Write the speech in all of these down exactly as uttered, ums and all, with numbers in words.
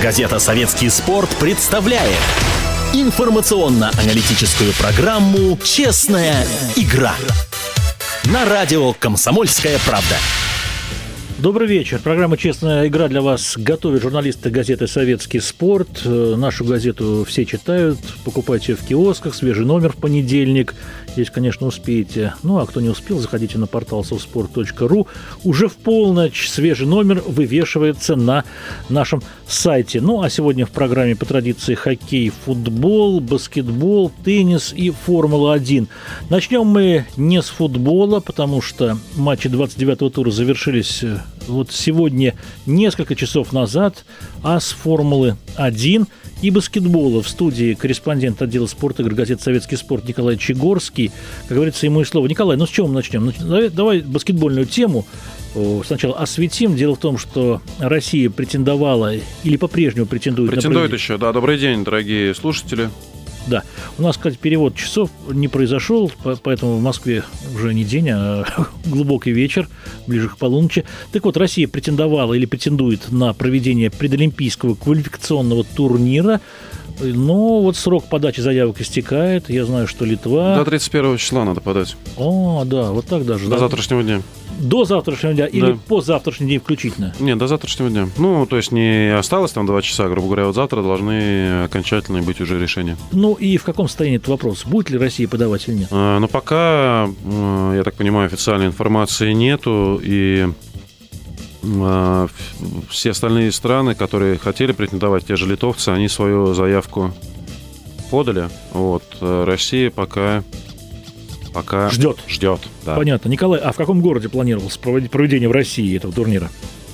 Газета «Советский спорт» представляет информационно-аналитическую программу «Честная игра» на радио «Комсомольская правда». Добрый вечер. Программа «Честная игра» для вас готовят журналисты газеты «Советский спорт». Нашу газету все читают. Покупайте в киосках. Свежий номер в понедельник. Если, конечно, успеете. Ну, а кто не успел, заходите на портал совспорт точка ру. Уже в полночь свежий номер вывешивается на нашем сайте. Ну, а сегодня в программе по традиции хоккей, футбол, баскетбол, теннис и Формула один. Начнем мы не с футбола, потому что матчи двадцать девятого тура завершились вот сегодня несколько часов назад, а с Формулы один и баскетбола в студии корреспондент отдела спорта игр газеты «Советский спорт» Николай Чегорский. Как говорится, ему и слово. Николай, ну с чего мы начнем? Давай, давай баскетбольную тему сначала осветим. Дело в том, что Россия претендовала или по-прежнему претендует, претендует на... еще, да. Добрый день, дорогие слушатели. Да. У нас, кстати, перевод часов не произошел, поэтому в Москве уже не день, а глубокий вечер, ближе к полуночи. Так вот, Россия претендовала или претендует на проведение предолимпийского квалификационного турнира. Но вот срок подачи заявок истекает. Я знаю, что Литва... До тридцать первого числа надо подать. О, да, вот так даже. До да? завтрашнего дня. До завтрашнего дня или да. по завтрашний день включительно? Нет, до завтрашнего дня. Ну, то есть не осталось там два часа, грубо говоря, вот завтра должны окончательно быть уже решения. Ну и в каком состоянии этот вопрос? Будет ли Россия подавать или нет? А, ну, пока, я так понимаю, официальной информации нету, и а, все остальные страны, которые хотели претендовать, те же литовцы, они свою заявку подали. Вот. Россия пока... Пока ждет. Ждет, да. Понятно. Николай, а в каком городе планировалось проведение в России этого турнира?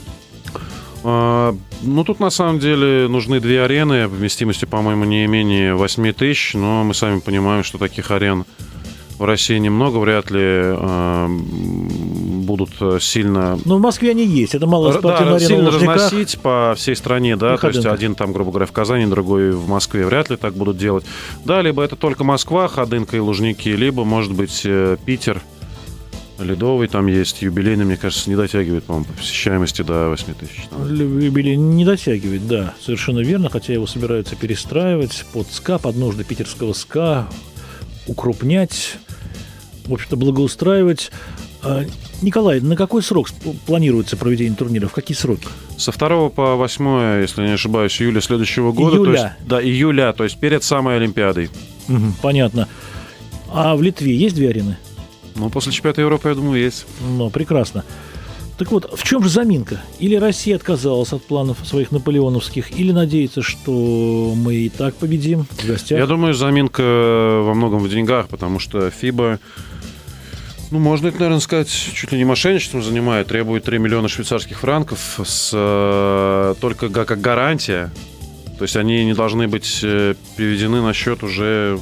А, ну, тут на самом деле нужны две арены, вместимостью, по-моему, не менее восемь тысяч, но мы сами понимаем, что таких арен в России немного, вряд ли а, будут сильно... Ну, в Москве они есть, это малая спортивная да, арена сильно в Лужниках. разносить по всей стране, да, то есть один там, грубо говоря, в Казани, другой в Москве, вряд ли так будут делать. Да, либо это только Москва, Ходынка и Лужники, либо, может быть, Питер, Ледовый там есть, юбилейный, мне кажется, не дотягивает, по-моему, по посещаемости до восемь тысяч. Юбилей не дотягивает, да, совершенно верно, хотя его собираются перестраивать под СКА, под нужды питерского СКА, укрупнять, в общем-то, благоустраивать. Николай, на какой срок планируется проведение турнира? В какие сроки? Со второго по восьмое, если не ошибаюсь, июля следующего года. Июля? То есть, да, июля, то есть перед самой Олимпиадой. Угу, понятно. А в Литве есть две арены? Ну, после чемпионата Европы, я думаю, есть. Ну, прекрасно. Так вот, в чем же заминка? Или Россия отказалась от планов своих наполеоновских, или надеется, что мы и так победим в гостях? Я думаю, заминка во многом в деньгах, потому что ФИБА, ну, можно это, наверное, сказать, чуть ли не мошенничеством занимает, требует три миллиона швейцарских франков с, только как гарантия. То есть они не должны быть переведены на счет уже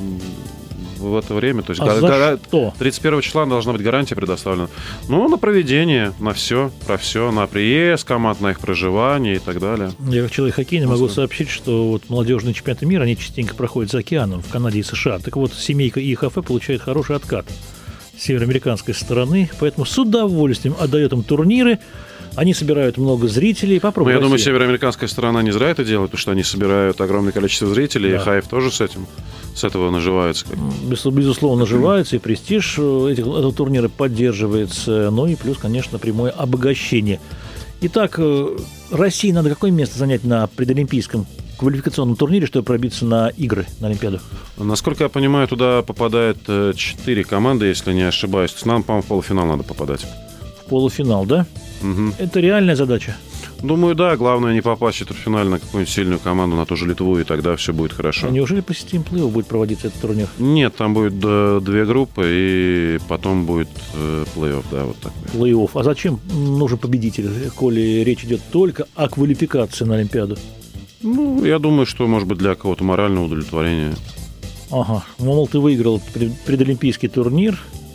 в это время. То есть а гора- за гора- что? тридцать первого числа должна быть гарантия предоставлена. Ну, на проведение, на все, про все, на приезд команд, на их проживание и так далее. Я как человек хоккейный могу сообщить, что вот молодежные чемпионаты мира, они частенько проходят за океаном в Канаде и США. Так вот, семейка ИХФ получает хороший откат с североамериканской стороны, поэтому с удовольствием отдает им турниры. Они собирают много зрителей. Попробуй. Ну, я Россия. думаю, североамериканская сторона не зря это делает, потому что они собирают огромное количество зрителей, да. и Хаев тоже с этим, с этого наживается. Безусловно, наживается, и престиж этих, этого турнира поддерживается. Ну и плюс, конечно, прямое обогащение. Итак, России надо какое место занять на предолимпийском квалификационном турнире, чтобы пробиться на игры, на Олимпиаду? Насколько я понимаю, туда попадает четыре команды, если не ошибаюсь. Нам, по-моему, в полуфинал надо попадать. В полуфинал, да? Угу. Это реальная задача? Думаю, да. Главное не попасть в четвертьфинал на какую-нибудь сильную команду, на ту же Литву, и тогда все будет хорошо. А неужели по системе плей-офф будет проводиться этот турнир? Нет, там будет две группы, и потом будет плей-офф, да, вот так. Плей-офф. А зачем нужен победитель, коли речь идет только о квалификации на Олимпиаду? Ну, я думаю, что, может быть, для кого-то морального удовлетворения. Ага. Мол, ты выиграл предолимпийский турнир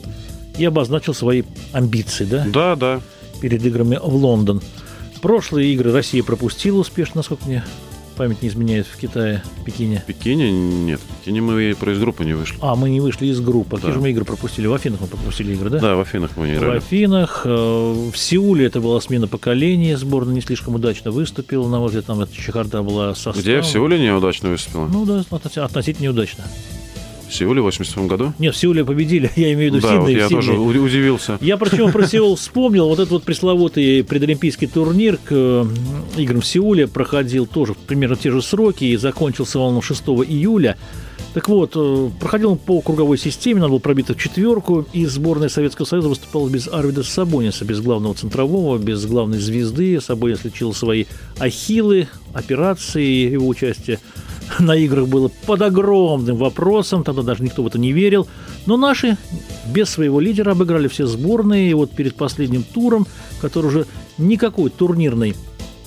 и обозначил свои амбиции, да? Да, да. Перед играми в Лондон. Прошлые игры Россия пропустила успешно, насколько мне память не изменяет, в Китае, в Пекине? В Пекине нет. В Пекине мы про из группы не вышли. А, мы не вышли из группы. Да. Какие же мы игры пропустили? В Афинах мы пропустили игры, да? Да, в Афинах мы не играли. В Афинах. В Сеуле это была смена поколения. Сборная не слишком удачно выступила. На мой взгляд, там эта чехарда была составом. Где? В Сеуле неудачно выступила? Ну да, относительно неудачно. В Сеуле в восемьдесят восьмом году? Нет, в Сеуле победили, я имею в виду да, Сидней. Вот я Сидней. тоже удивился. Я причем про Сеул вспомнил, вот этот вот пресловутый предолимпийский турнир к играм в Сеуле проходил тоже примерно в те же сроки и закончился он шестого июля. Так вот, проходил он по круговой системе, надо было пробиться в четверку, и сборная Советского Союза выступала без Арвида Сабониса, без главного центрового, без главной звезды. Сабонис лечил свои ахиллы, операции, его участие на играх было под огромным вопросом, тогда даже никто в это не верил. Но наши без своего лидера обыграли все сборные, и вот перед последним туром, который уже никакой турнирный,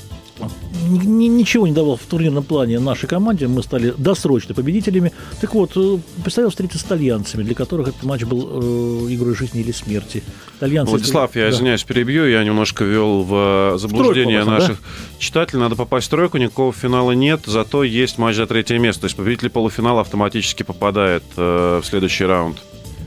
ничего не давал в турнирном плане нашей команде, мы стали досрочно победителями. Так вот, предстояло встретиться с итальянцами, для которых этот матч был э, игрой жизни или смерти. Итальянцы, Владислав, я да. извиняюсь, перебью, я немножко ввел в заблуждение в тройку, наших да? читателей. Надо попасть в тройку, никакого финала нет, зато есть матч за третье место. То есть победитель полуфинала автоматически попадает э, в следующий раунд.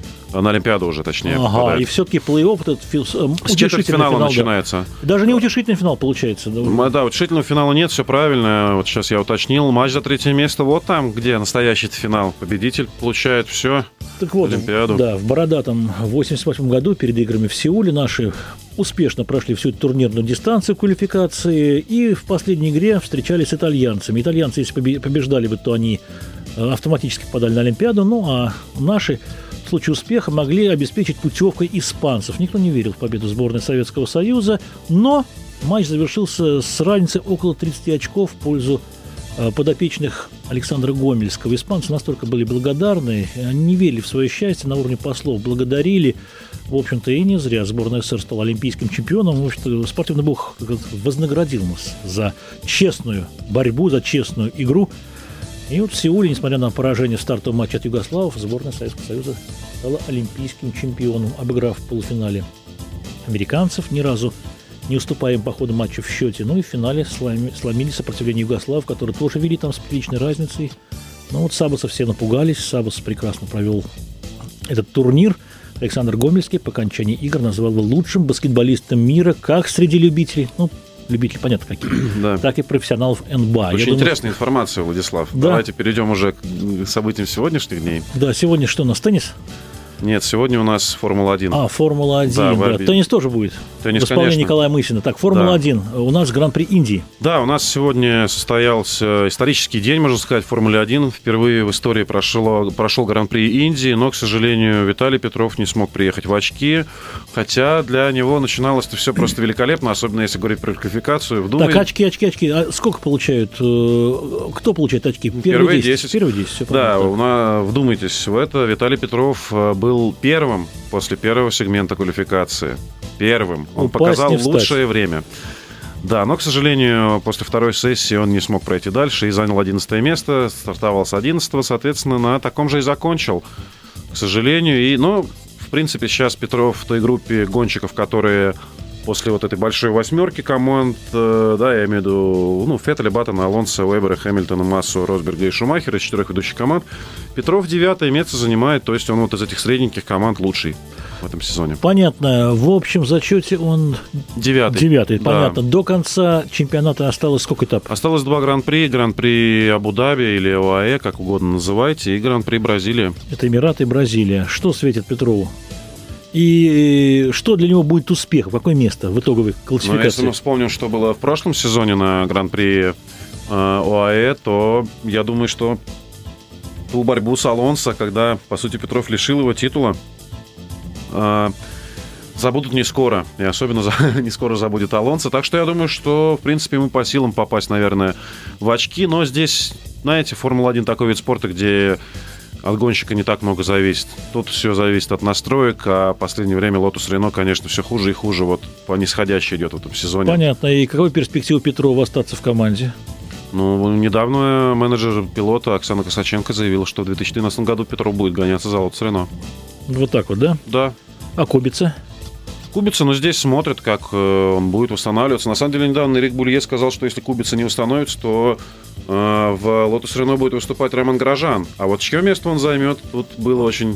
На Олимпиаду уже, точнее, ага, попадает. И все-таки плей-офф, вот этот фил, с четвертьфинала финал, начинается. Да. Даже не утешительный финал получается. Да, да, утешительного финала нет, все правильно. Вот сейчас я уточнил. Матч за третье место вот там, где настоящий финал. Победитель получает все. Так вот, Олимпиаду. Да, в бородатом восемьдесят восьмом году перед играми в Сеуле наши успешно прошли всю эту турнирную дистанцию квалификации и в последней игре встречались с итальянцами. Итальянцы, если побеждали бы, то они автоматически попадали на Олимпиаду, ну а наши в случае успеха могли обеспечить путевкой испанцев. Никто не верил в победу сборной Советского Союза, но матч завершился с разницей около тридцати очков в пользу подопечных Александра Гомельского. Испанцы настолько были благодарны, они не верили в свое счастье, на уровне послов благодарили. В общем-то, и не зря сборная СССР стала олимпийским чемпионом. В общем-то, спортивный бог вознаградил нас за честную борьбу, за честную игру. И вот в Сеуле, несмотря на поражение в стартовом матче от югославов, сборная Советского Союза стала олимпийским чемпионом, обыграв в полуфинале американцев, ни разу не уступая им по ходу матча в счете. Ну и в финале сломи, сломили сопротивление югославов, которые тоже вели там с приличной разницей. Но вот сабосы все напугались, Сабос прекрасно провел этот турнир. Александр Гомельский по окончании игр назвал его лучшим баскетболистом мира, как среди любителей, ну, любители, понятно, какие, да. так и профессионалов эн бэ а. Очень Я интересная думаю... информация, Владислав. Да. Давайте перейдем уже к событиям сегодняшних дней. Да, сегодня что у нас, теннис? Нет, сегодня у нас Формула один. А, Формула один, да. да. Теннис тоже будет. Теннис, в исполнении конечно. Николая Мысина. Так, Формула один. Да. У нас Гран-при Индии. Да, у нас сегодня состоялся исторический день, можно сказать, Формулы один. Впервые в истории прошло, прошел Гран-при Индии, но, к сожалению, Виталий Петров не смог приехать в очки. Хотя для него начиналось это все просто великолепно, особенно если говорить про квалификацию. Вдумай... Так, очки, очки, очки. А сколько получают? Кто получает очки? Первые десять. Первые десять. Все да, у нас, вдумайтесь в это. Виталий Петров был первым после первого сегмента квалификации. Первым. Он Упасть, показал лучшее время. Да, но, к сожалению, после второй сессии он не смог пройти дальше и занял одиннадцатое место. Стартовал с одиннадцатого, соответственно, на таком же и закончил. К сожалению. И, ну, в принципе, сейчас Петров в той группе гонщиков, которые после вот этой большой восьмерки команд, да, я имею в виду, ну, Феттеля, Баттона, Алонсо, Уэбера, Хэмилтона, Массу, Росберга и Шумахера, из четырех ведущих команд. Петров девятое место занимает, то есть он вот из этих средненьких команд лучший в этом сезоне. Понятно. В общем зачете он девятый. Девятый, да. Понятно. До конца чемпионата осталось сколько этапов? Осталось два гран-при. Гран-при Абу-Даби или ОАЭ, как угодно называйте, и гран-при Бразилии. Это Эмираты и Бразилия. Что светит Петрову? И что для него будет успех? Какое место в итоговой классификации? Ну, если мы вспомним, что было в прошлом сезоне на гран-при э, ОАЭ, то я думаю, что ту борьбу с Алонсо, когда, по сути, Петров лишил его титула, э, забудут не скоро. И особенно за, не скоро забудет Алонсо. Так что я думаю, что, в принципе, ему по силам попасть, наверное, в очки. Но здесь, знаете, Формула один такой вид спорта, где от гонщика не так много зависит. Тут все зависит от настроек, а в последнее время Лотус Рено, конечно, все хуже и хуже. Вот по нисходящей идет в этом сезоне. Понятно. И какой перспектива Петрова остаться в команде? Ну, недавно менеджер пилота Оксана Косаченко заявила, что в две тысячи двенадцатом году Петров будет гоняться за Лотус Рено. Вот так вот, да? Да. А Кубица? Кубица, но здесь смотрят, как он будет восстанавливаться. На самом деле, недавно Эрик Булье сказал, что если Кубица не восстановится, то В Лотос Рено будет выступать Роман Грожан. А вот чье место он займет, тут было очень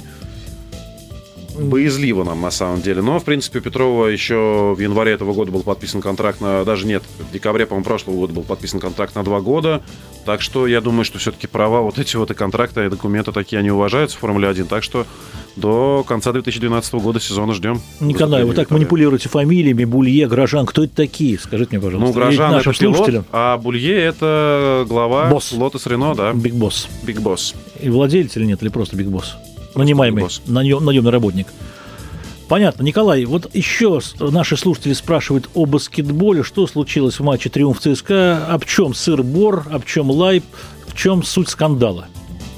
боязливо нам на самом деле. Но, в принципе, у Петрова еще в январе этого года был подписан контракт на... Даже нет, в декабре, по-моему, прошлого года был подписан контракт на два года. Так что я думаю, что все-таки права вот эти вот и контракты, и документы такие, они уважаются в Формуле один. Так что до конца две тысячи двенадцатого года сезона ждем. Николай, вы так манипулируете фамилиями, Булье, Грожан. Кто это такие? Скажите мне, пожалуйста. Ну, Грожан — это пилот, слушателям. а Булье — это глава Лотос Рено, да. Биг Босс. Биг Босс. И владелец или нет, или просто Биг Босс? Нанимаемый, наем, наемный работник. Понятно. Николай, вот еще наши слушатели спрашивают о баскетболе. Что случилось в матче «Триумф» ЦСКА? Об чем сыр-бор, об чем лайп, в чем суть скандала?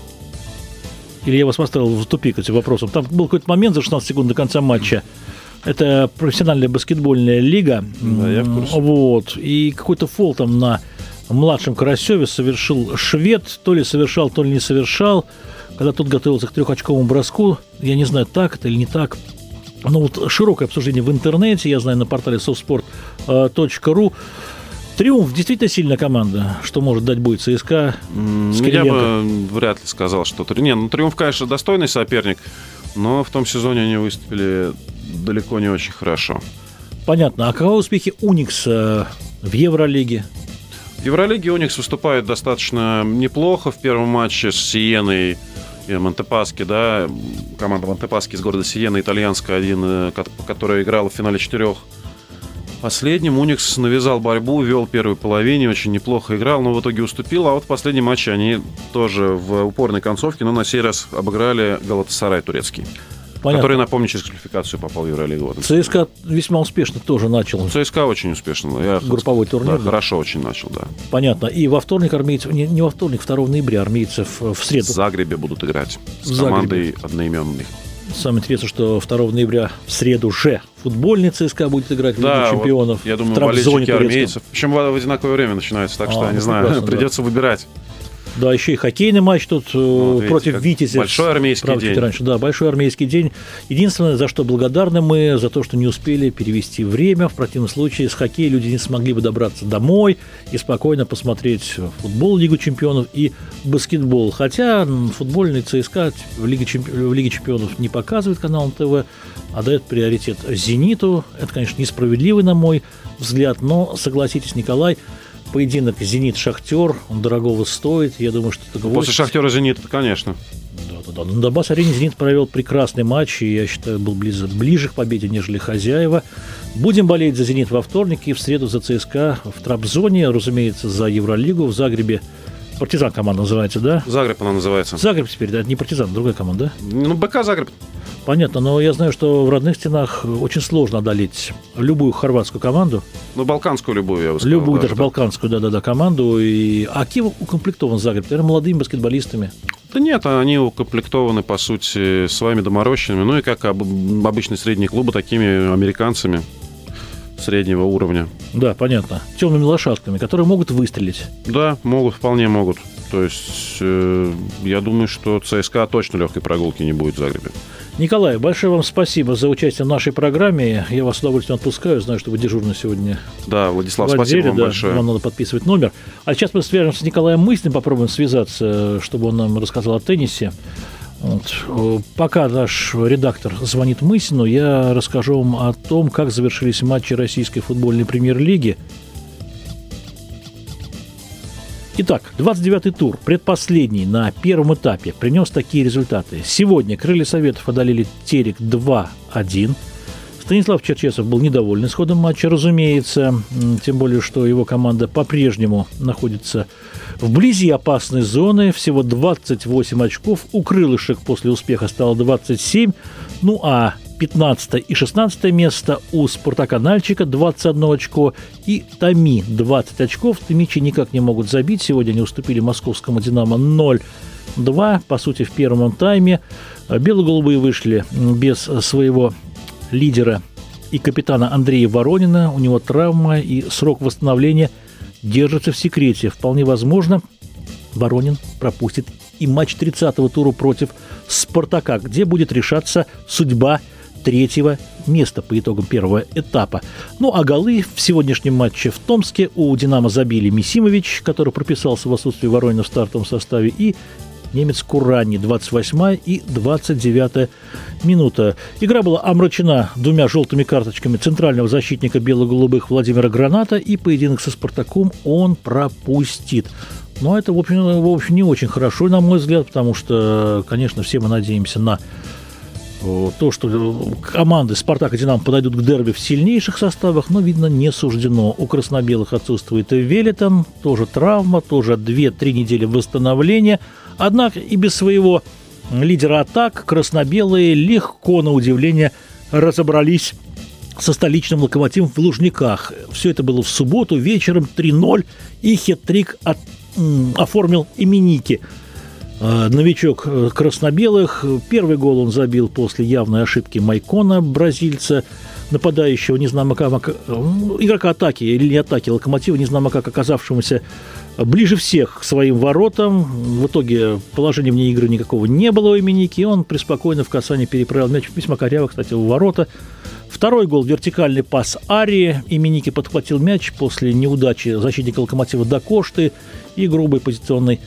Или я вас поставил в тупик этим вопросом? Там был какой-то момент за шестнадцать секунд до конца матча. Это профессиональная баскетбольная лига. Да, я в курсе. Вот. И какой-то фол там на младшем Карасеве совершил швед. То ли совершал, то ли не совершал. Когда тот готовился к трехочковому броску. Я не знаю, так это или не так. Ну, вот широкое обсуждение в интернете, я знаю, на портале софтспорт точка ру. «Триумф» действительно сильная команда, что может дать бой ЦСКА с Я бы вряд ли сказал, что... Не, ну, «Триумф», конечно, достойный соперник, но в том сезоне они выступили далеко не очень хорошо. Понятно. А каковы успехи «Уникса» в Евролиге? В Евролиге «Уникс» выступает достаточно неплохо. В первом матче с «Сиеной» и Монтепасchi, да, команда Монтепасchi из города Сиена, итальянская, один, которая играла в финале четырех. Последним «Уникс» навязал борьбу, вел первую половине, очень неплохо играл, но в итоге уступил. А вот в последнем матче они тоже в упорной концовке, но на сей раз обыграли Галатасарай турецкий. Понятно. Который, напомню, через квалификацию попал в Евролигу. ЦСКА весьма успешно тоже начал. ЦСКА очень успешно. Я Групповой турнир. Да, да? Хорошо очень начал, да. Понятно. И во вторник армейцев, не, не во вторник, второго ноября армейцев в среду. В Загребе будут играть с в командой одноименной. Самое интересное, что второго ноября в среду же футбольный ЦСКА будет играть в Лиге да, чемпионов. Вот, я думаю, болельщики армейцев. Причем в одинаковое время начинается, так а, что, я не знаю, придется да. выбирать. Да, еще и хоккейный матч тут ну, вот против видите, Витязя. Большой армейский правда, день. Раньше. Да, большой армейский день. Единственное, за что благодарны мы, за то, что не успели перевести время. В противном случае с хоккея люди не смогли бы добраться домой и спокойно посмотреть футбол, Лигу чемпионов и баскетбол. Хотя футбольный ЦСКА в Лиге, чемпи... в Лиге чемпионов не показывает канал ТВ, а дает приоритет «Зениту». Это, конечно, несправедливый, на мой взгляд, но, согласитесь, Николай, поединок «Зенит-Шахтер», он дорогого стоит. Я думаю, что это После «Шахтера» «Зенит», конечно. Да-да-да. На Донбасс-арене «Зенит» провел прекрасный матч, и, я считаю, был ближе, ближе к победе, нежели хозяева. Будем болеть за «Зенит» во вторник и в среду за ЦСКА в Трабзоне, разумеется, за Евролигу в Загребе. «Партизан» команда называется, да? Загреб она называется. Загреб теперь, да, это не «Партизан», другая команда, да? Ну, БК Загреб. Понятно, но я знаю, что в родных стенах очень сложно одолеть любую хорватскую команду. Ну, балканскую любую, я бы сказал. Любую, даже да. балканскую, да-да-да, команду. И... А Киев укомплектован Загреб, наверное, молодыми баскетболистами. Да нет, они укомплектованы, по сути, своими доморощенными. Ну и как об... обычные средние клубы, такими американцами среднего уровня. Да, понятно. Темными лошадками, которые могут выстрелить. Да, могут, вполне могут. То есть, э, я думаю, что ЦСКА точно легкой прогулки не будет в Загребе. Николай, большое вам спасибо за участие в нашей программе. Я вас с удовольствием отпускаю. Знаю, что вы дежурный сегодня. Да, Владислав, отделе, спасибо вам да, большое. Вам надо подписывать номер. А сейчас мы свяжемся с Николаем Мысиным, попробуем связаться, чтобы он нам рассказал о теннисе. Вот. Пока наш редактор звонит Мысину, я расскажу вам о том, как завершились матчи российской футбольной премьер-лиги. Итак, двадцать девятый тур, предпоследний на первом этапе, принес такие результаты. Сегодня «Крылья Советов» одолели «Терек» два один. Станислав Черчесов был недоволен исходом матча, разумеется, тем более, что его команда по-прежнему находится вблизи опасной зоны. Всего двадцать восемь очков, у «Крылышек» после успеха стало двадцать семь, ну а пятнадцатое и шестнадцатое место у «Спартака» Нальчика двадцать одно очко и «Томи» двадцать очков. Томичи никак не могут забить. Сегодня они уступили московскому «Динамо» ноль два. По сути, в первом тайме бело-голубые вышли без своего лидера и капитана Андрея Воронина. У него травма, и срок восстановления держится в секрете. Вполне возможно, Воронин пропустит и матч тридцатого тура против «Спартака», где будет решаться судьба третьего место по итогам первого этапа. Ну, а голы в сегодняшнем матче в Томске у «Динамо» забили Мисимович, который прописался в отсутствии Воронина в стартовом составе, и немец Курани, двадцать восьмая и двадцать девятая минута. Игра была омрачена двумя желтыми карточками центрального защитника бело-голубых Владимира Граната, и поединок со «Спартаком» он пропустит. Но это, в общем, в общем, не очень хорошо, на мой взгляд, потому что, конечно, все мы надеемся на то, что команды «Спартак» и «Динамо» подойдут к дерби в сильнейших составах, но, видно, не суждено. У краснобелых отсутствует и Велитон, тоже травма, тоже две-три недели восстановления. Однако и без своего лидера атак красно-белые легко, на удивление, разобрались со столичным «Локомотивом» в Лужниках. Все это было в субботу вечером, три ноль, и хет-трик от, м, оформил Именики. Э, новичок красно-белых. Первый гол он забил после явной ошибки Майкона, бразильца, нападающего, не знамо как, игрока атаки или не атаки «Локомотива», не знамо как, оказавшемуся ближе всех к своим воротам. В итоге положения вне игры никакого не было у Именики, и он преспокойно в касании переправил мяч, весьма коряво, кстати, в ворота. Второй гол – вертикальный пас Арии. Именики подхватил мяч после неудачи защитника «Локомотива» Дакошты и грубой позиционной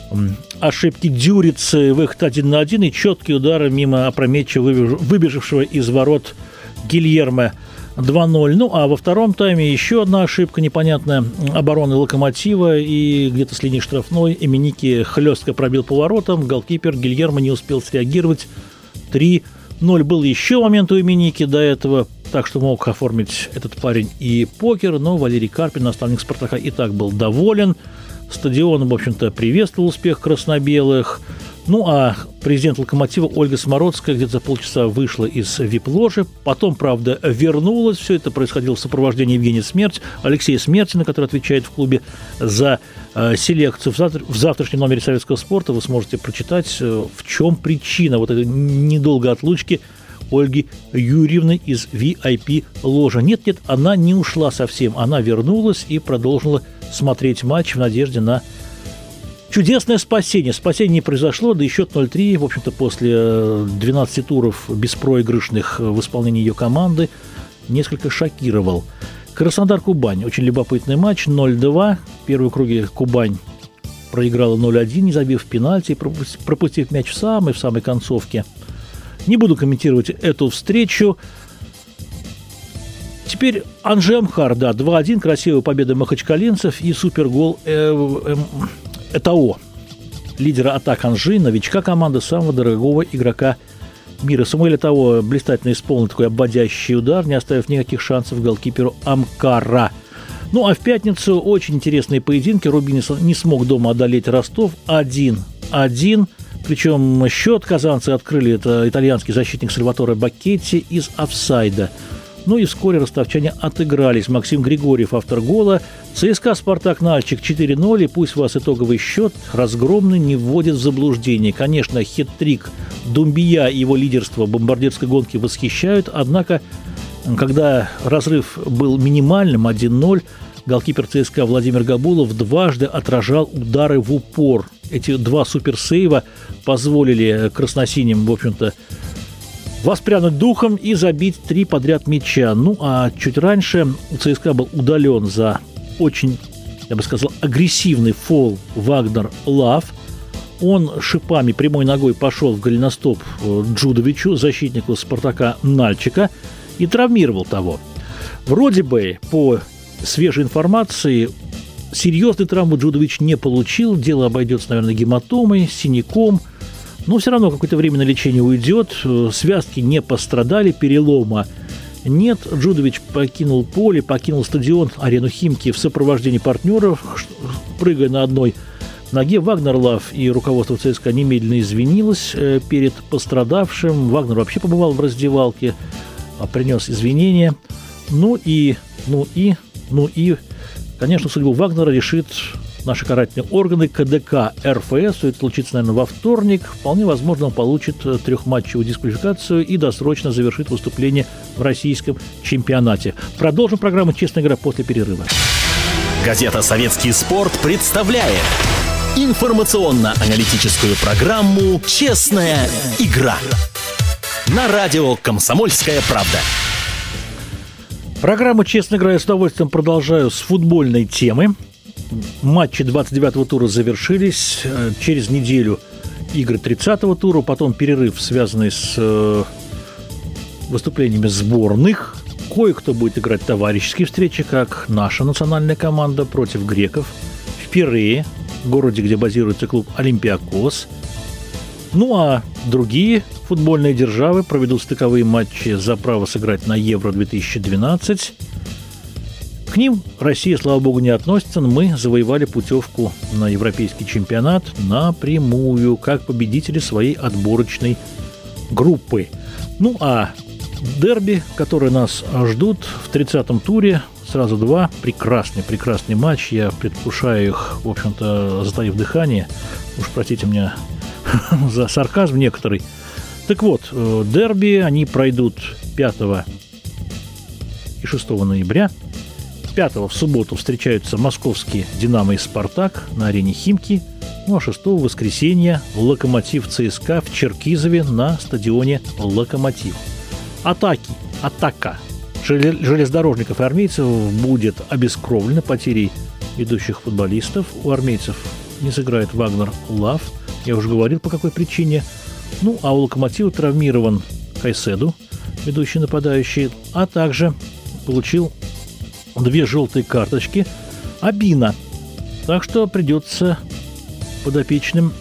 ошибки Дюрицы, выход один на один и четкие удары мимо опрометчиво выбежавшего из ворот Гильермо. два ноль. Ну, а во втором тайме еще одна ошибка непонятная обороны «Локомотива», и где-то с линии штрафной Именики хлестко пробил по воротам, голкипер Гильермо не успел среагировать. три ноль. Был еще момент у Именики до этого, так что мог оформить этот парень и покер, но Валерий Карпин, наставник «Спартака», и так был доволен. Стадион, в общем-то, приветствовал успех красно-белых. Ну, а президент «Локомотива» Ольга Смородская где-то за полчаса вышла из вип-ложи. Потом, правда, вернулась. Все это происходило в сопровождении Евгения Смерть, Алексея Смертина, который отвечает в клубе за э, селекцию. В, завтра, в завтрашнем номере «Советского спорта» вы сможете прочитать, э, в чем причина вот этой недолгой отлучки Ольги Юрьевны из ви ай пи-ложи. Нет-нет, она не ушла совсем. Она вернулась и продолжила смотреть матч в надежде на чудесное спасение. Спасение не произошло, да и счет ноль три, в общем-то, после двенадцати туров беспроигрышных в исполнении ее команды, несколько шокировал. Краснодар-Кубань. Очень любопытный матч. ноль два. В первой круге Кубань проиграла ноль один, не забив пенальти, пропустив мяч в самой, в самой концовке. Не буду комментировать эту встречу. Теперь Анжи-Амхар, да, два один, красивая победа махачкалинцев и супергол э, э, Этао, лидера атак Анжи, новичка команды, самого дорогого игрока мира. Самуэль Этао блистательно исполнил такой обводящий удар, не оставив никаких шансов голкиперу Амкара. Ну, а в пятницу очень интересные поединки. Рубин не смог дома одолеть Ростов один один. Причем счет казанцы открыли, это итальянский защитник Сальваторе Баккетти из офсайда. Ну и вскоре ростовчане отыгрались. Максим Григорьев, автор гола. ЦСКА «Спартак» Нальчик четыре ноль. И пусть вас итоговый счет разгромный не вводит в заблуждение. Конечно, хет-трик Думбия и его лидерство в бомбардирской гонке восхищают. Однако, когда разрыв был минимальным, один ноль, голкипер ЦСКА Владимир Габулов дважды отражал удары в упор. Эти два суперсейва позволили красносиним, в общем-то, воспрянуть духом и забить три подряд мяча. Ну, а чуть раньше у ЦСКА был удален за очень, я бы сказал, агрессивный фол Вагнер Лав. Он шипами, прямой ногой пошел в голеностоп Джудовичу, защитнику «Спартака» Нальчика, и травмировал того. Вроде бы, по свежей информации, серьезной травмы Джудович не получил. Дело обойдется, наверное, гематомой, синяком. Но все равно какое-то время на лечение уйдет. Связки не пострадали, перелома нет. Джудович покинул поле, покинул стадион, арену Химки в сопровождении партнеров, прыгая на одной ноге. Вагнер Лав и руководство ЦСКА немедленно извинилось перед пострадавшим. Вагнер вообще побывал в раздевалке, принес извинения. Ну и, ну и, ну и, конечно, судьбу Вагнера решит наши карательные органы. ка дэ ка эр эф эс, это случится, наверное, во вторник. Вполне возможно, он получит трехматчевую дисквалификацию и досрочно завершит выступление в российском чемпионате. Продолжим программу «Честная игра» после перерыва. Газета «Советский спорт» представляет информационно-аналитическую программу «Честная игра» на радио «Комсомольская правда». Программу «Честно играю» с удовольствием продолжаю с футбольной темы. Матчи двадцать девятого тура завершились. Через неделю игры тридцатого тура, потом перерыв, связанный с выступлениями сборных. Кое-кто будет играть товарищеские встречи, как наша национальная команда против греков в Пирее, городе, где базируется клуб «Олимпиакос». Ну а другие футбольные державы проведут стыковые матчи за право сыграть на Евро две тысячи двенадцать. К ним Россия, слава богу, не относится, но мы завоевали путевку на европейский чемпионат напрямую, как победители своей отборочной группы. Ну а дерби, которые нас ждут в тридцатом туре, сразу два. Прекрасный, прекрасный матч. Я предвкушаю их, в общем-то, затаив дыхание. Уж простите меня за сарказм некоторый. Так вот, дерби, они пройдут пятого и шестого ноября. пятого в субботу встречаются московские «Динамо» и «Спартак» на арене «Химки». Ну а шестого в воскресенье «Локомотив» ЦСКА в Черкизове на стадионе «Локомотив». Атаки, атака железнодорожников и армейцев будет обескровлена потерей ведущих футболистов. У армейцев не сыграет Вагнер Лав. Я уже говорил, по какой причине. Ну, а у «Локомотива» травмирован Кайседу, ведущий нападающий, а также получил две желтые карточки Абина. Так что придется подопечным,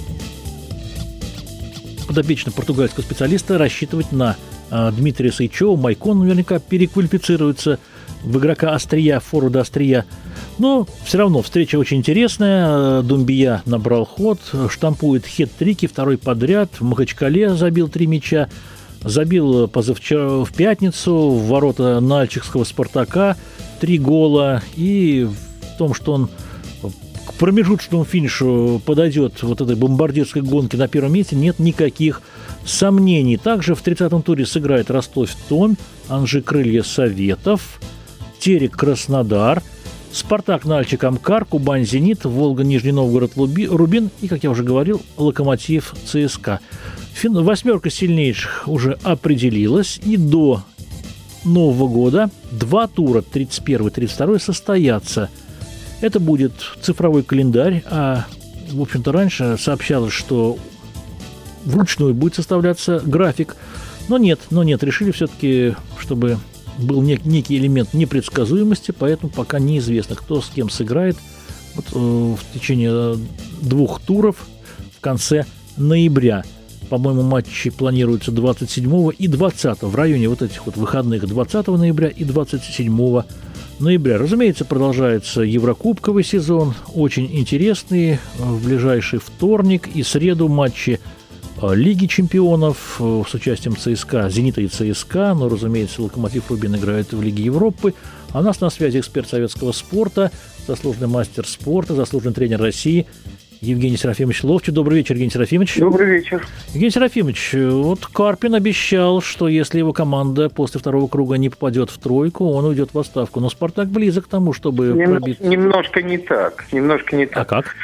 подопечным португальского специалиста рассчитывать на а, Дмитрия Сайчева. Майкон наверняка переквалифицируется в игрока острия, форварда острия. Но все равно встреча очень интересная. Думбия набрал ход, штампует хет-трики, второй подряд. В Махачкале забил три мяча. Забил позавчера в пятницу в ворота нальчикского «Спартака» три гола. И в том, что он к промежуточному финишу подойдет вот этой бомбардирской гонки на первом месте, нет никаких сомнений. Также в тридцатом туре сыграет Ростов-Томь, Анжи Крылья Советов, Терек Краснодар, Спартак Нальчик Амкар, Кубань Зенит, Волга Нижний Новгород Рубин и, как я уже говорил, Локомотив ЦСКА. Восьмерка сильнейших уже определилась, и до Нового года два тура, тридцать первый и тридцать второй, состоятся. Это будет цифровой календарь, а, в общем-то, раньше сообщалось, что вручную будет составляться график. Но нет, но нет, решили все-таки, чтобы был нек- некий элемент непредсказуемости, поэтому пока неизвестно, кто с кем сыграет вот, э, в течение двух туров в конце ноября. По-моему, матчи планируются двадцать седьмого и двадцатого, в районе вот этих вот выходных двадцатого ноября и двадцать седьмого ноября. Разумеется, продолжается Еврокубковый сезон, очень интересный. В ближайший вторник и среду матчи Лиги чемпионов с участием ЦСКА, Зенита и ЦСКА, но, разумеется, Локомотив Рубин играет в Лиге Европы. А у нас на связи эксперт советского спорта, заслуженный мастер спорта, заслуженный тренер России Евгений Серафимович Ловчев. Добрый вечер, Евгений Серафимович. Добрый вечер. Евгений Серафимович, вот Карпин обещал, что если его команда после второго круга не попадет в тройку, он уйдет в отставку. Но «Спартак» близок к тому, чтобы Нем- пробиться. Немножко не так. Немножко не так. А как?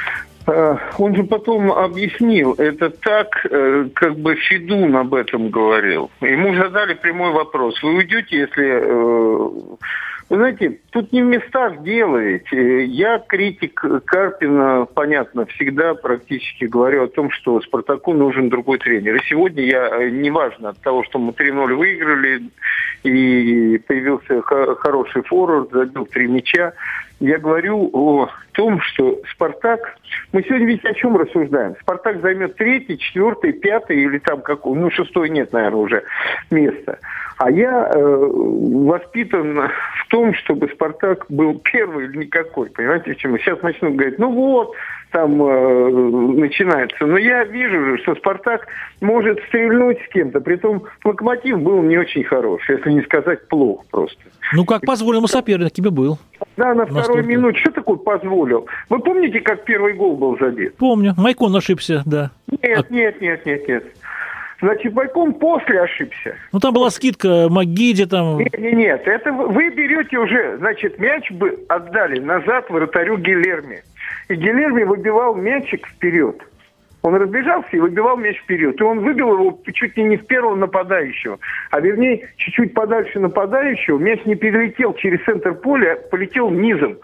Он же потом объяснил, это так, как бы Федун об этом говорил. Ему задали прямой вопрос. Вы уйдете, если... Вы знаете, тут не в местах дело ведь. Я критик Карпина, понятно, всегда практически говорю о том, что «Спартаку» нужен другой тренер. И сегодня я, неважно от того, что мы три ноль выиграли, и появился хороший форвард, забил три мяча, я говорю о том, что «Спартак». Мы сегодня ведь о чем рассуждаем? «Спартак» займет третий, четвертый, пятый или там какой, ну шестой нет, наверное, уже место. А я э, воспитан в том, чтобы «Спартак» был первый или никакой. Понимаете, почему? Сейчас начнут говорить, ну вот, там э, начинается. Но я вижу, что «Спартак» может стрельнуть с кем-то. Притом «Локомотив» был не очень хорош, если не сказать плохо просто. Ну, как позволил ему соперник, тебе был. Да, на второй минуте. Что такое позволил? Вы помните, как первый гол был забит? Помню. Майкон ошибся, да. Нет, а... нет, нет, нет, нет. Значит, Майкон после ошибся. Ну, там была скидка Макгиди, там... Нет, нет, нет. Это вы берете уже, значит, мяч бы отдали назад вратарю Гилерми. И Гилерми выбивал мячик вперед. Он разбежался и выбивал мяч вперед. И он выбил его чуть ли не в первого нападающего. А вернее, чуть-чуть подальше нападающего. Мяч не перелетел через центр поля, полетел низом.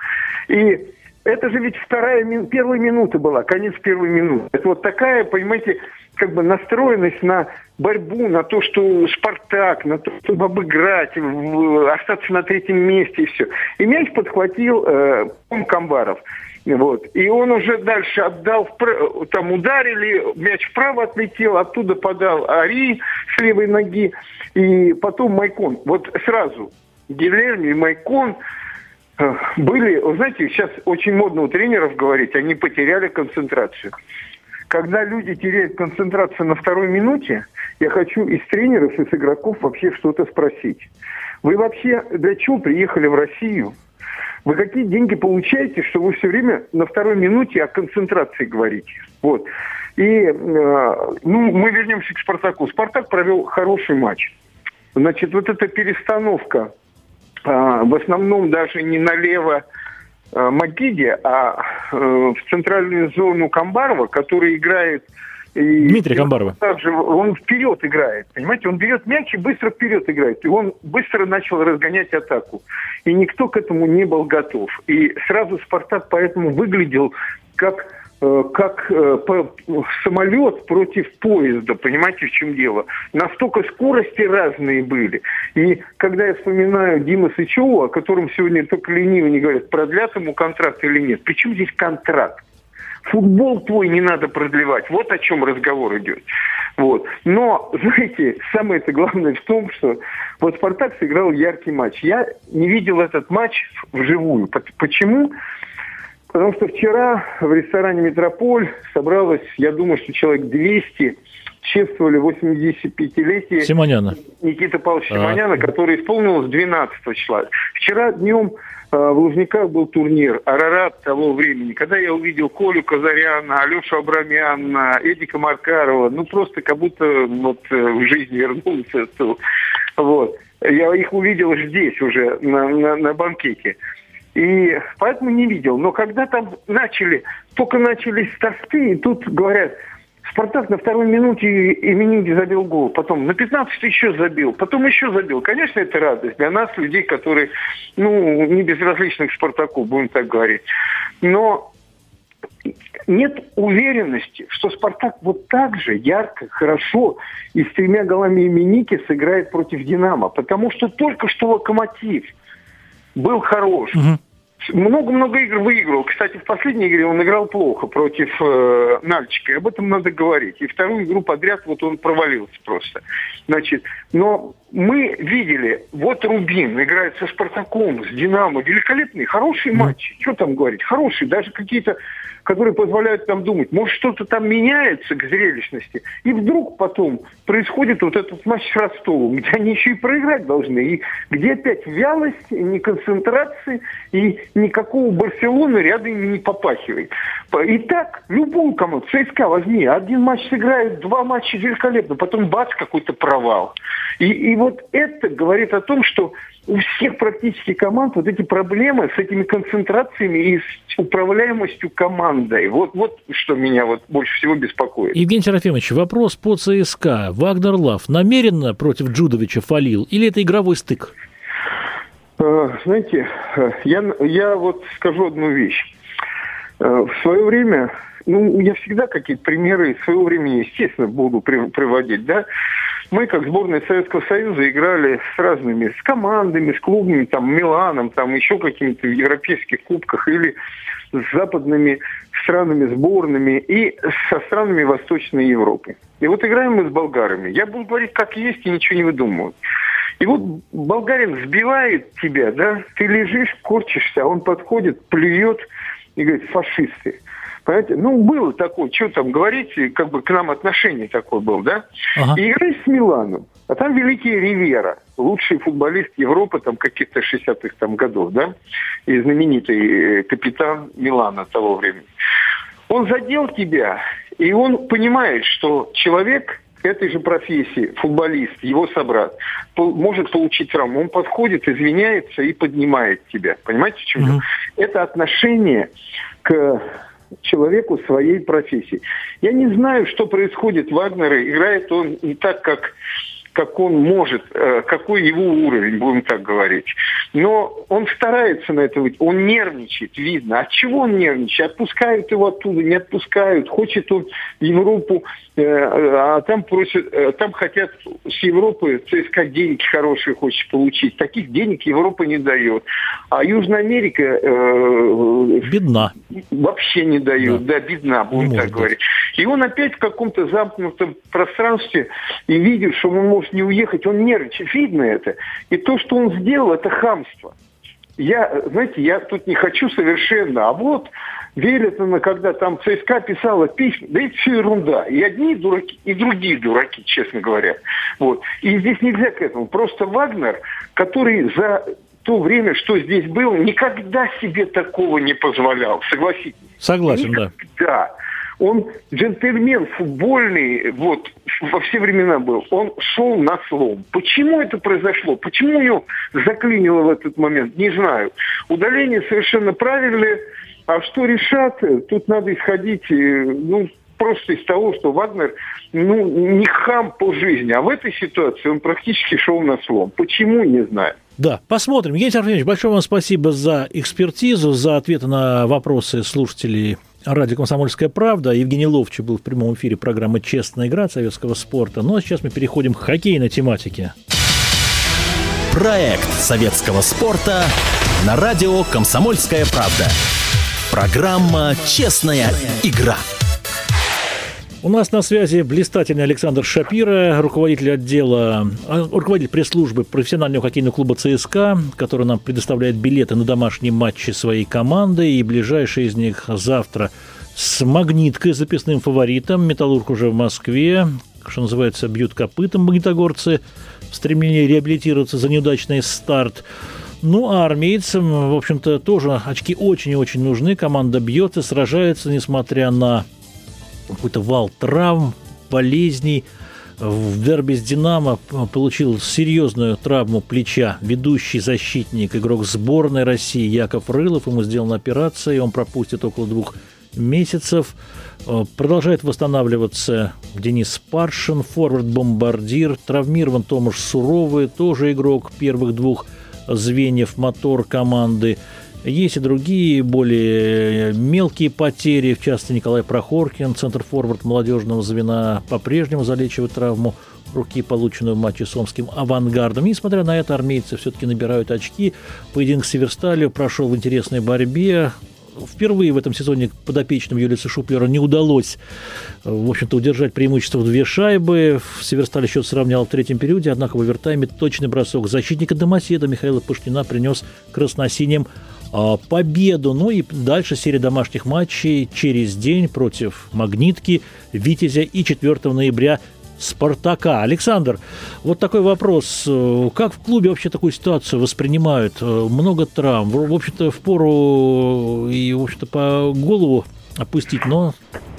И это же ведь вторая, первая минута была, конец первой минуты. Это вот такая, понимаете, как бы настроенность на борьбу, на то, что «Спартак», на то, чтобы обыграть, остаться на третьем месте и все. И мяч подхватил э, Камбаров. Вот. И он уже дальше отдал, вправо, там ударили, мяч вправо отлетел, оттуда подал Ари с левой ноги, и потом Майкон. Вот сразу Гильерми и Майкон э, были, вы знаете, сейчас очень модно у тренеров говорить, они потеряли концентрацию. Когда люди теряют концентрацию на второй минуте, я хочу из тренеров, из игроков вообще что-то спросить. Вы вообще для чего приехали в Россию? Вы какие деньги получаете, что вы все время на второй минуте о концентрации говорите? Вот. И э, ну, мы вернемся к «Спартаку». «Спартак» провел хороший матч. Значит, вот эта перестановка, э, в основном даже не налево э, Магиде, а э, в центральную зону Камбарова, который играет... И Дмитрий Камбарова. Также он вперед играет, понимаете? Он берет мяч и быстро вперед играет. И он быстро начал разгонять атаку. И никто к этому не был готов. И сразу «Спартак» поэтому выглядел как, э, как э, по, самолет против поезда. Понимаете, в чем дело? Настолько скорости разные были. И когда я вспоминаю Диму Сычева, о котором сегодня только лениво не говорят, продлят ему контракт или нет. Причем здесь контракт? Футбол твой не надо продлевать. Вот о чем разговор идет. Вот. Но, знаете, самое-то главное в том, что вот «Спартак» сыграл яркий матч. Я не видел этот матч вживую. Почему? Потому что вчера в ресторане «Метрополь» собралось, я думаю, что человек двести, чествовали восьмидесятипятилетие Симоняна. Никиты Павловича а. Симоняна, который исполнилось двенадцатого числа. Вчера днем в Лужниках был турнир «Арарат» того времени, когда я увидел Колю Казаряна, Алешу Абрамяна, Эдика Маркарова, ну просто как будто вот в жизнь вернулся. Вот. Я их увидел здесь уже, на, на, на банкете. И поэтому не видел. Но когда там начали, только начались тосты, и тут говорят... «Спартак» на второй минуте Именинги забил гол. Потом на пятнадцатой еще забил. Потом еще забил. Конечно, это радость для нас, людей, которые, ну, не безразличны к «Спартаку», будем так говорить. Но нет уверенности, что «Спартак» вот так же ярко, хорошо и с тремя голами Именики сыграет против «Динамо». Потому что только что «Локомотив» был хорош. Угу. Много-много игр выиграл. Кстати, в последней игре он играл плохо против э, Нальчика. И об этом надо говорить. И вторую игру подряд вот он провалился просто. Значит, но мы видели, вот Рубин играет со «Спартаком», с «Динамо». Великолепный, хороший матч. Что там говорить? Хороший. Даже какие-то, которые позволяют нам думать. Может, что-то там меняется к зрелищности. И вдруг потом происходит вот этот матч с Ростовом, где они еще и проиграть должны. И где опять вялость, ни концентрации, и никакого Барселоны рядом ими не попахивает. И так, любую команду, ЦСКА возьми, один матч сыграет, два матча великолепно, потом бац, какой-то провал. И, и вот это говорит о том, что у всех практически команд вот эти проблемы с этими концентрациями и с управляемостью командой. Вот, вот что меня вот больше всего беспокоит. Евгений Серафимович, вопрос по ЦСКА. Вагнер Лав намеренно против Джудовича фалил или это игровой стык? Знаете, я, я вот скажу одну вещь. В свое время, ну, я всегда какие-то примеры из своего времени, естественно, буду приводить, да. Мы, как сборная Советского Союза, играли с разными, с командами, с клубами, там, Миланом, там, еще какими-то в европейских кубках или с западными странами, сборными и со странами Восточной Европы. И вот играем мы с болгарами. Я буду говорить, как есть, и ничего не выдумываю. И вот болгарин сбивает тебя, да, ты лежишь, корчишься, а он подходит, плюет и говорит: фашисты. Понимаете? Ну, было такое, что там говорить, как бы к нам отношение такое было, да? Ага. И играешь с Миланом, а там великий Ривера, лучший футболист Европы, там, каких-то шестидесятых там годов, да? И знаменитый капитан Милана того времени. Он задел тебя, и он понимает, что человек этой же профессии, футболист, его собрат, может получить травму. Он подходит, извиняется и поднимает тебя. Понимаете, в чем дело? Mm-hmm. Это отношение к человеку своей профессии. Я не знаю, что происходит в Вагнере. Играет он не так, как... как он может, какой его уровень, будем так говорить. Но он старается на это выйти, он нервничает, видно. От чего он нервничает? Отпускают его оттуда, не отпускают. Хочет он в Европу, а там просят, там хотят с Европы ЦСКА деньги хорошие хочет получить. Таких денег Европа не дает. А Южная Америка э, бедна. Вообще не дает, да, да бедна, будем так говорить. И он опять в каком-то замкнутом пространстве и видит, что он может не уехать, он нервничает, видно это. И то, что он сделал, это хамство. Я, знаете, я тут не хочу совершенно, а вот Велетона, когда там ЦСКА писала письма, да это все ерунда. И одни дураки, и другие дураки, честно говоря. Вот. И здесь нельзя к этому. Просто Вагнер, который за то время, что здесь был, никогда себе такого не позволял. Согласитесь? Согласен, никогда. Да. Он джентльмен футбольный, вот, во все времена был. Он шел на слом. Почему это произошло? Почему его заклинило в этот момент? Не знаю. Удаление совершенно правильное. А что решат? Тут надо исходить, ну, просто из того, что Вагнер, ну, не хам по жизни. А в этой ситуации он практически шел на слом. Почему? Не знаю. Да, посмотрим. Евгений Аркадьевич, большое вам спасибо за экспертизу, за ответы на вопросы слушателей радио «Комсомольская правда». Евгений Ловчий был в прямом эфире программы «Честная игра» советского спорта. Ну а сейчас мы переходим к хоккейной тематике. Проект советского спорта на радио «Комсомольская правда». Программа «Честная игра». У нас на связи блистательный Александр Шапира, руководитель отдела, руководитель пресс-службы профессионального хоккейного клуба ЦСКА, который нам предоставляет билеты на домашние матчи своей команды. И ближайший из них завтра с «Магниткой», записным фаворитом. «Металлург» уже в Москве, что называется, бьют копытом магнитогорцы в стремлении реабилитироваться за неудачный старт. Ну, а армейцам, в общем-то, тоже очки очень и очень нужны. Команда бьется, сражается, несмотря на какой-то вал травм, болезней. В дерби с «Динамо» получил серьезную травму плеча ведущий защитник, игрок сборной России Яков Рылов. Ему сделана операция, и он пропустит около двух месяцев. Продолжает восстанавливаться Денис Паршин, форвард-бомбардир. Травмирован Томаш Суровый, тоже игрок первых двух звеньев мотор команды. Есть и другие, более мелкие потери. В частности, Николай Прохоркин, центр-форвард молодежного звена, по-прежнему залечивает травму руки, полученную в матче с омским «Авангардом». И, несмотря на это, армейцы все-таки набирают очки. Поединок с «Северсталью» прошел в интересной борьбе. Впервые в этом сезоне подопечным Юлиуса Шуплера не удалось, в общем-то, удержать преимущество в две шайбы. «Северсталь» счет сравнял в третьем периоде, однако в овертайме точный бросок защитника «Домоседа» Михаила Пушкина принес красносиним победу. Ну и дальше серия домашних матчей через день против «Магнитки», «Витязя» и четвёртого ноября «Спартака». Александр, вот такой вопрос. Как в клубе вообще такую ситуацию воспринимают? Много травм. В общем-то, впору и, в общем-то, по голову опустить, но...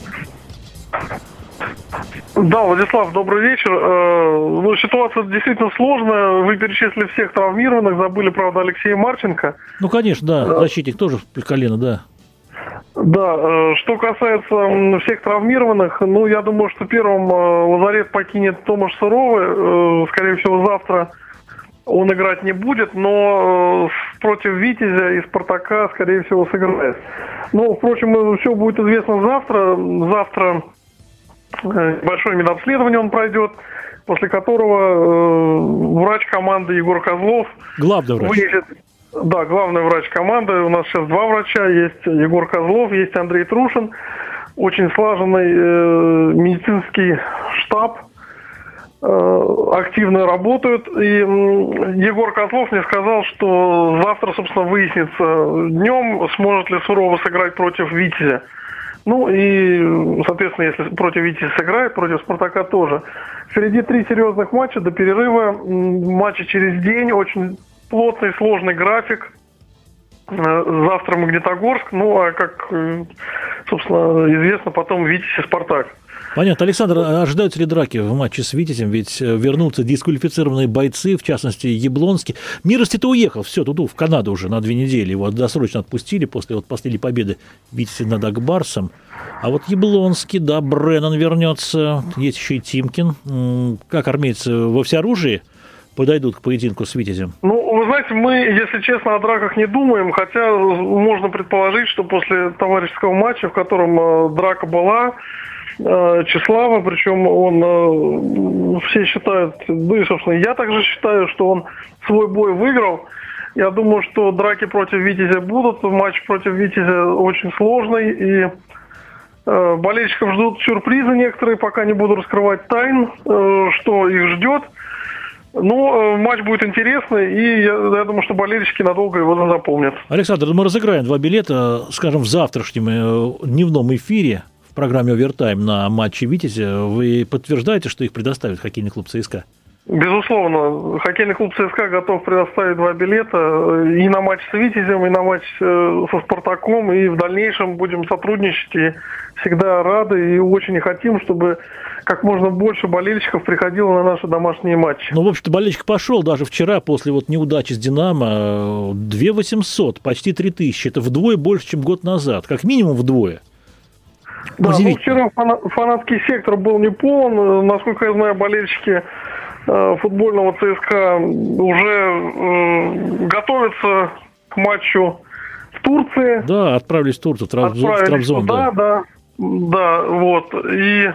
Да, Владислав, добрый вечер. Ну, ситуация действительно сложная. Вы перечислили всех травмированных, забыли, правда, Алексея Марченко. Ну, конечно, да, защитник тоже в колено, да. Да, что касается всех травмированных, ну, я думаю, что первым лазарет покинет Томаш Суровый. Скорее всего, завтра он играть не будет, но против «Витязя» и «Спартака», скорее всего, сыграет. Ну, впрочем, все будет известно завтра. Завтра большое медобследование он пройдет, после которого э, врач команды Егор Козлов главный врач. Вынесет, да, главный врач команды. У нас сейчас два врача. Есть Егор Козлов, есть Андрей Трушин. Очень слаженный э, медицинский штаб. Э, активно работают. И э, Егор Козлов мне сказал, что завтра, собственно, выяснится днем, сможет ли Сурово сыграть против «Витязя». Ну и, соответственно, если против «Витязя» сыграет, против «Спартака» тоже. Впереди три серьезных матча до перерыва. Матчи через день, очень плотный, сложный график. Завтра Магнитогорск, ну а как, собственно, известно, потом Витязь и Спартак. Понятно. Александр, ожидаются ли драки в матче с Витязем? Ведь вернутся дисквалифицированные бойцы, в частности, Яблонский. Мирости-то уехал, все, туду, в Канаду уже на две недели. Его досрочно отпустили после вот последней победы Витязя над Акбарсом. А вот Яблонский, да, Бреннан вернется, есть еще и Тимкин. Как армейцы во всеоружии подойдут к поединку с Витязем? Ну, вы знаете, мы, если честно, о драках не думаем, хотя можно предположить, что после товарищеского матча, в котором драка была, Числава, причем он, все считают, ну и, собственно, я также считаю, что он свой бой выиграл. Я думаю, что драки против Витязя будут, матч против Витязя очень сложный, и э, болельщиков ждут сюрпризы некоторые, пока не буду раскрывать тайн, э, что их ждет. Но э, матч будет интересный, и я, я думаю, что болельщики надолго его запомнят. Александр, мы разыграем два билета, скажем, в завтрашнем э, дневном эфире в программе «Овертайм» на матче Витязя. Вы подтверждаете, что их предоставит хоккейный клуб ЦСКА? Безусловно. Хоккейный клуб ЦСКА готов предоставить два билета и на матч с Витязем, и на матч со Спартаком, и в дальнейшем будем сотрудничать, и всегда рады, и очень хотим, чтобы как можно больше болельщиков приходило на наши домашние матчи. Ну, в общем-то, болельщик пошел даже вчера после вот неудачи с «Динамо». две тысячи восемьсот, почти три тысячи. Это вдвое больше, чем год назад. Как минимум вдвое. Да, ну, вчера фанатский сектор был не полон. Насколько я знаю, болельщики э, футбольного ЦСКА уже э, готовятся к матчу в Турции. Да, отправились в Турцию, в Трабзон. Да, да, да, вот. И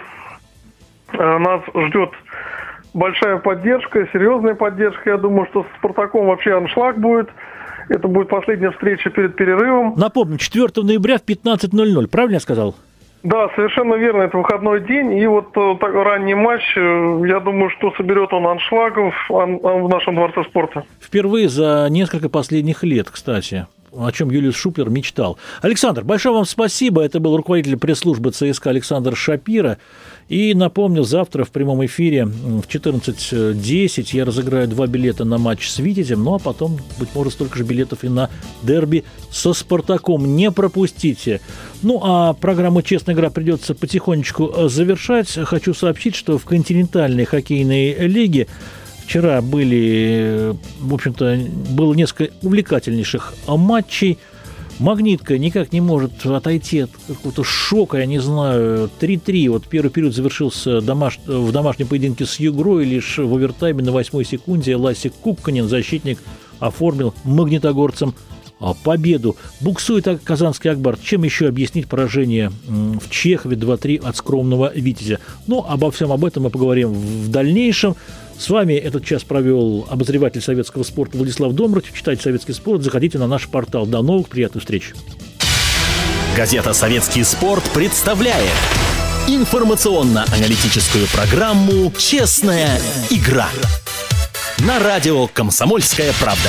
э, нас ждет большая поддержка, серьезная поддержка. Я думаю, что с Спартаком вообще аншлаг будет. Это будет последняя встреча перед перерывом. Напомню, четвёртого ноября в пятнадцать ноль ноль, правильно я сказал? Да, совершенно верно, это выходной день, и вот так, ранний матч, я думаю, что соберет он аншлагов в нашем Дворце спорта. Впервые за несколько последних лет, кстати, о чем Юлиус Шуплер мечтал. Александр, большое вам спасибо, это был руководитель пресс-службы ЦСКА Александр Шапира. И напомню, завтра в прямом эфире в четырнадцать десять я разыграю два билета на матч с Витязем, ну а потом, быть может, столько же билетов и на дерби со Спартаком. Не пропустите. Ну а программу «Честная игра» придется потихонечку завершать. Хочу сообщить, что в континентальной хоккейной лиге вчера были, в общем-то, было несколько увлекательнейших матчей. «Магнитка» никак не может отойти от какого-то шока, я не знаю, три-три. Вот первый период завершился домаш... в домашнем поединке с Югрой, лишь в овертайме на восьмой секунде Ласик Кукканин, защитник, оформил магнитогорцам победу. Буксует казанский «Акбарс». Чем еще объяснить поражение в Чехове два-три от скромного «Витязя»? Ну, обо всем об этом мы поговорим в дальнейшем. С вами этот час провел обозреватель советского спорта Владислав Домрачев. Читайте «Советский спорт», заходите на наш портал. До новых приятных встреч. Газета «Советский спорт» представляет информационно-аналитическую программу «Честная игра» на радио «Комсомольская правда».